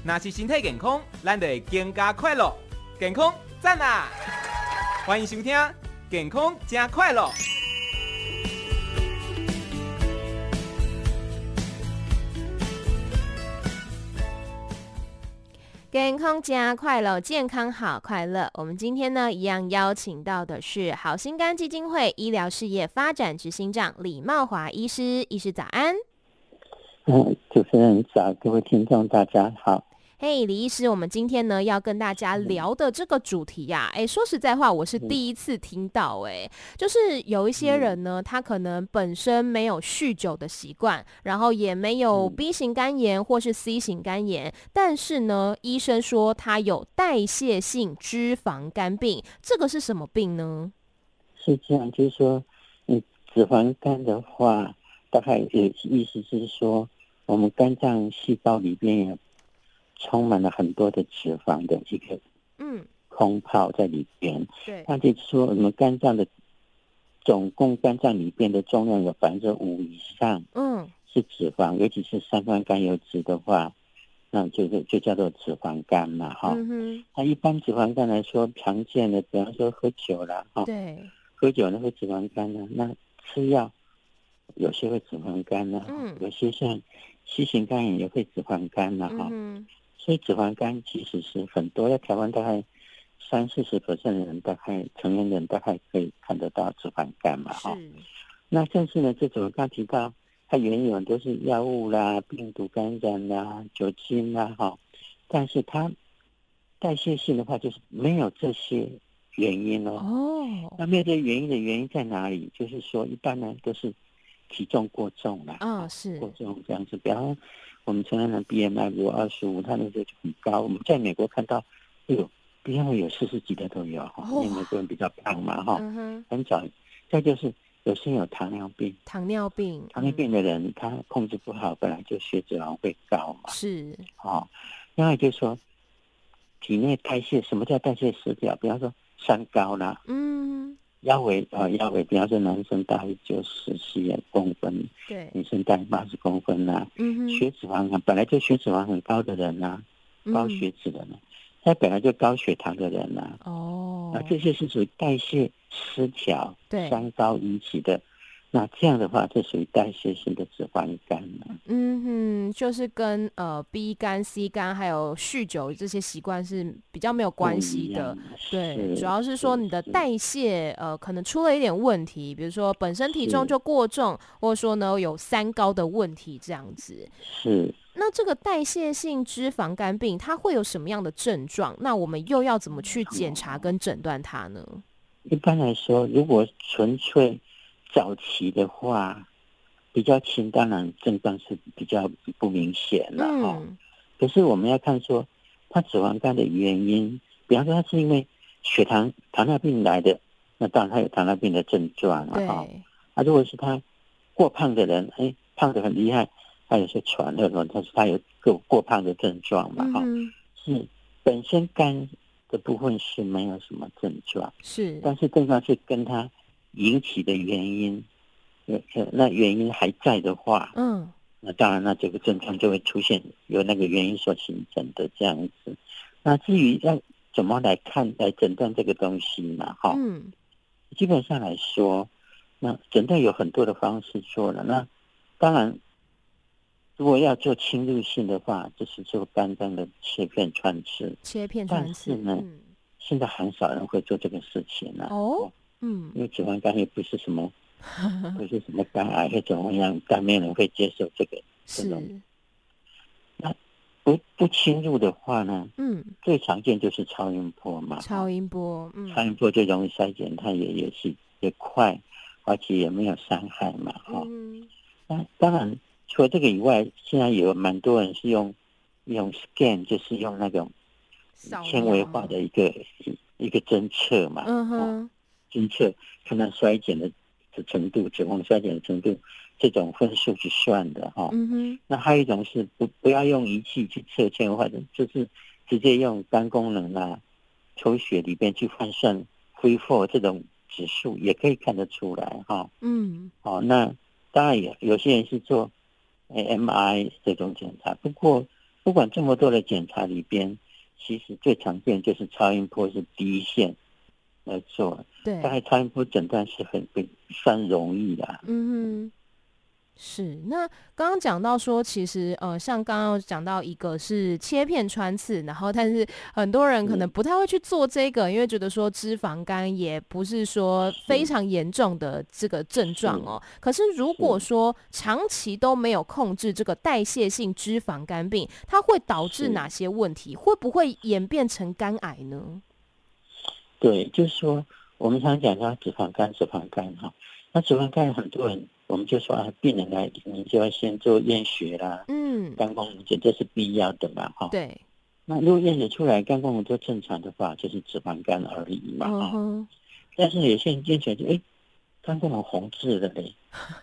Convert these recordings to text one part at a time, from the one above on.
若是身体健康，咱就会更加快乐。健康赞啊！欢迎收听《健康真快乐》。 健康加快乐，健康好快乐。我们今天呢，一样邀请到的是好心肝基金会医疗事业发展执行长李茂华医师。医师早安。 主持人早，各位听众大家好。 嘿，李医师，我们今天呢要跟大家聊的这个主题呀，说实在话，我是第一次听到，就是有一些人呢，他可能本身没有酗酒的习惯，然后也没有 B 型肝炎或是 C 型肝炎，但是呢，医生说他有代谢性脂肪肝病，这个是什么病呢？ 是这样，就是说，脂肪肝的话，大概意思是说，我们肝脏细胞里面有充满了很多的脂肪的一个空泡在里边。 对， 那就是说，我们肝脏的总共肝脏里边的重量有5%以上，是脂肪，尤其是三酸甘油脂的话，那就叫做脂肪肝嘛，哈。那一般脂肪肝来说，常见的，比方说喝酒啦，哈，对，喝酒呢会脂肪肝呢，那吃药有些会脂肪肝呢，有些像C型肝炎也会脂肪肝呢，哈。所以脂肪肝其实是很多，在台湾大概30-40% 的人，大概成年人大概可以看得到脂肪肝嘛，哈。那但是呢，这种刚提到它原因都是药物啦、病毒感染啦、酒精啦，哈。但是它代谢性的话，就是没有这些原因哦。那没有这些原因的原因在哪里？就是说，一般呢都是体重过重啦，是过重这样子，比方我们成人的 BMI 如果25，他那个就很高。我们在美国看到BMI 有40几的都有，因为美国人比较胖嘛，很早。再就是有些有糖尿病的人，他控制不好，本来就血脂肪会高嘛。是，另外就是说体内代谢，什么叫代谢失调？比方说三高啦，腰围，比方说男生大于90公分，对，女生大于80公分啦。血脂肪本来就血脂肪很高的人啦，高血脂的人，他本来就高血糖的人啦。那这些是属于代谢失调，对，三高引起的。那这样的话，这属于代谢性的脂肪肝了。 就是跟B 肝、C 肝还有酗酒这些习惯是比较没有关系的。对，主要是说你的代谢可能出了一点问题，比如说本身体重就过重，或者说呢有三高的问题这样子。 是。 那这个代谢性脂肪肝病，它会有什么样的症状？那我们又要怎么去检查跟诊断它呢？ 一般来说，如果纯粹早期的话，比较轻，当然症状是比较不明显了可是我们要看说，他脂肪肝的原因，比方说他是因为糖尿病来的，那当然他有糖尿病的症状了如果是他过胖的人，胖得很厉害，他有些喘那种，但是他有过胖的症状嘛是本身肝的部分是没有什么症状，是，但是症状是跟他引起的原因，那原因还在的话，那当然那这个症状就会出现由那个原因所形成的这样子。那至于要怎么来诊断这个东西嘛，基本上来说，那诊断有很多的方式做了。那当然，如果要做侵入性的话，就是做肝脏的切片穿刺。但是呢，现在很少人会做这个事情了。因为脂肪肝也不是什么肝癌或怎么样，但没有人会接受这种。那不侵入的话呢，最常见就是超音波嘛。超音波最容易筛检，它也快，而且也没有伤害嘛。那当然，除了这个以外，现在有蛮多人是用 scan， 就是用那种纤维化的一个侦测嘛。侦测看它衰减的程度，脂肪衰减的程度，这种分数去算的那还有一种是不要用仪器去测纤维化的，就是直接用肝功能抽血里边去换算恢复这种指数，也可以看得出来那当然有些人是做MRI 这种检查，不过不管这么多的检查里边，其实最常见就是超音波是第一线来做， 对， 大概超音波诊断是算容易的。 是。那刚刚讲到说，其实像刚刚讲到一个是切片穿刺，然后但是很多人可能不太会去做这个，因为觉得说脂肪肝也不是说非常严重的这个症状哦。可是如果说长期都没有控制这个代谢性脂肪肝病，它会导致哪些问题？会不会演变成肝癌呢？ 对，就是说我们常讲到脂肪肝哈，那脂肪肝很多人。我们就说病人来，你就要先做验血啦，肝功能检这是必要的嘛，哈。 对。 那如果验血出来肝功能都正常的话，就是脂肪肝而已嘛，但是有些人验血就肝功能红字了嘞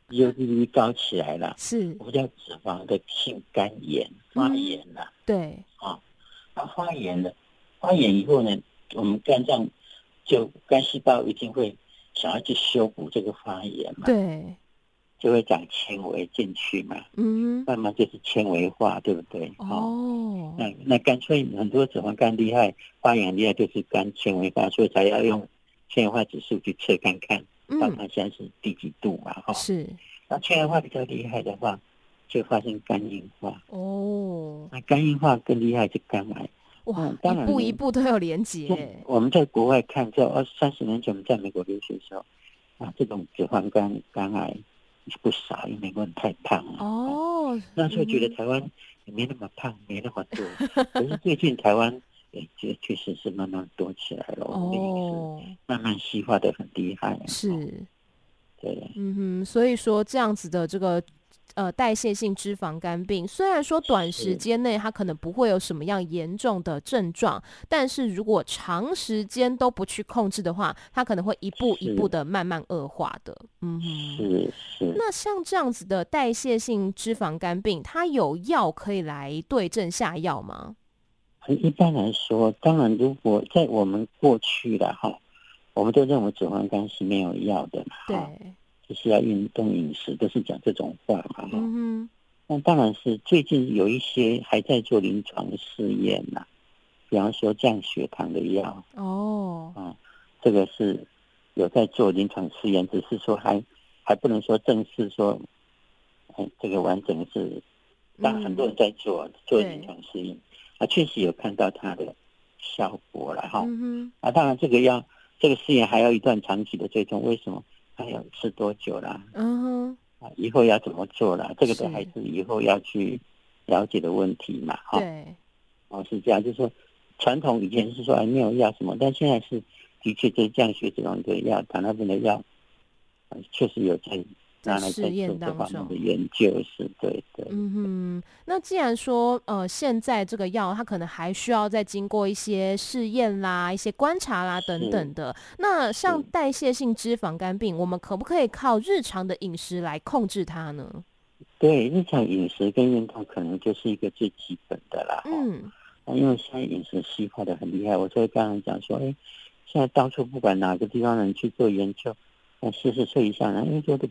，GOT 高起来了， 是， 我们叫脂肪的性肝炎发炎了， 对， 它发炎了，发炎以后呢，我们肝脏就肝细胞一定会想要去修补这个发炎嘛， 对。 就会长纤维进去嘛，慢慢就是纤维化，对不对？那干脆很多脂肪肝厉害，发炎厉害就是肝纤维化，所以才要用纤维化指数去测看看，到它现在是第几度嘛？ 是。 那纤维化比较厉害的话，就发生肝硬化。那肝硬化更厉害是肝癌。 哇，当然一步一步都有连结。 我们在国外看，在30年前我们在美国留学的时候，这种脂肪肝癌不少，因为美国人太胖了。那时候觉得台湾也没那么胖，没那么多。可是最近台湾确实是慢慢多起来了，我们的饮食慢慢细化的很厉害。 是， 对， 所以说这样子的这个代谢性脂肪肝病，虽然说短时间内它可能不会有什么样严重的症状，但是如果长时间都不去控制的话，它可能会一步一步的慢慢恶化的。 是。 那像这样子的代谢性脂肪肝病，它有药可以来对症下药吗？ 一般来说，当然如果在我们过去的我们都认为脂肪肝是没有药的嘛， 对。 就是要运动饮食，都是讲这种话嘛。那当然是最近有一些还在做临床试验啦，比方说降血糖的药。这个是有在做临床试验，只是说还不能说正式说，这个完整是，当然很多人在做临床试验，确实有看到它的效果了当然这个试验还要一段长期的追踪，为什么？还要吃多久啦？以后要怎么做啦？这个都还是以后要去了解的问题嘛。 对， 是这样，就是说传统以前是说没有药什么，但现在是的确就是降血脂肪的药、糖尿病的药，确实有在拿来在做这方面的研究，是对的。 那既然说现在这个药它可能还需要再经过一些试验啦、一些观察啦等等的，那像代谢性脂肪肝病，我们可不可以靠日常的饮食来控制它呢？ 对，日常饮食跟运动可能就是一个最基本的啦。因为现在饮食细化的很厉害，我就会刚刚讲说，现在到处不管哪个地方人去做研究。40岁以上人，研究的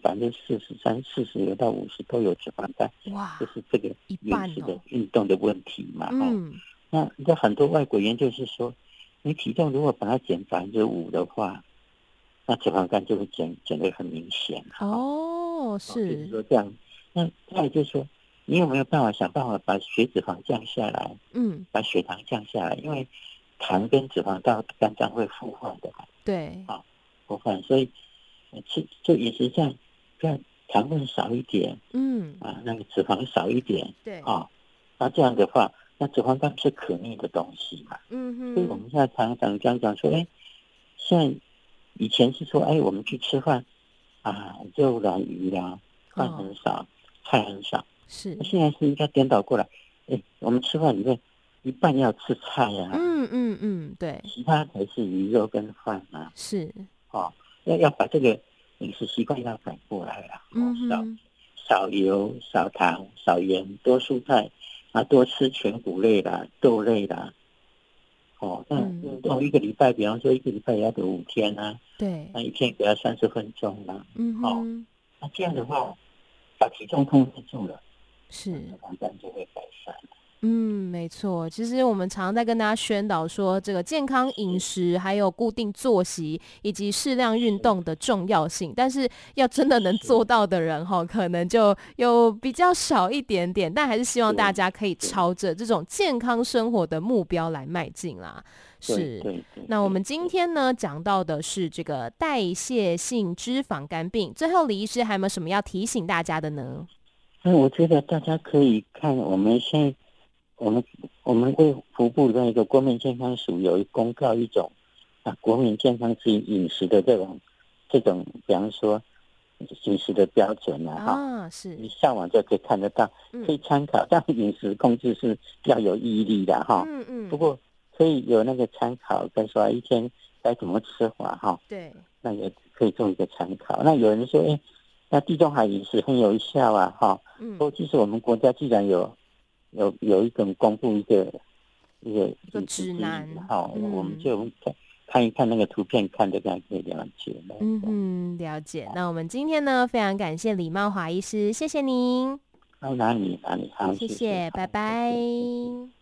43%、40%有到50%都有脂肪肝，就是这个饮食的运动的问题嘛。那很多外国研究是说，你体重如果把它减5%的话，那脂肪肝就会减得很明显。 是， 就是说这样。那再来就是说，你有没有想办法把血脂肪降下来？把血糖降下来，因为糖跟脂肪到肝脏会互换的嘛。 对， 互换，所以。就饮食上，让糖分少一点，那个脂肪少一点， 对， 那这样的话，那脂肪肝是可逆的东西嘛，所以我们现在常常讲说，现在以前是说，我们去吃饭肉啦、鱼啦，饭很少，菜很少， 是， 现在是应该颠倒过来，我们吃饭里面一半要吃菜啊， 对， 其他才是鱼肉跟饭啊， 是， 要把这个饮食习惯要改过来了，少油、少糖、少盐，多蔬菜多吃全谷类啦、豆类啦。那运动一个礼拜，比方说一个礼拜也要得5天啊， 对， 那一天给他30分钟啦。那这样的话，把体重控制住了，脂肪肝就会改善了。 没错。其实我们常常在跟大家宣导说，这个健康饮食、还有固定作息以及适量运动的重要性。但是要真的能做到的人可能就有比较少一点点。但还是希望大家可以朝着这种健康生活的目标来迈进啦。是，那我们今天呢讲到的是这个代谢性脂肪肝病。最后李医师还有没有什么要提醒大家的呢？ 我觉得大家可以看我们现在我们卫福部的一个国民健康署有公告一种国民健康指引饮食的这种比方说饮食的标准是你上网就可以看得到，可以参考。但饮食控制是要有毅力的不过可以有那个参考，跟说一天该怎么吃法对， 那也可以做一个参考。那有人说那地中海饮食很有效不过其实我们国家既然有一种公布一个指南我们就看一看那个图片，看这个可以了解了。 了解。那我们今天呢非常感谢李茂华医师，谢谢您。 哪里好， 谢谢，拜拜。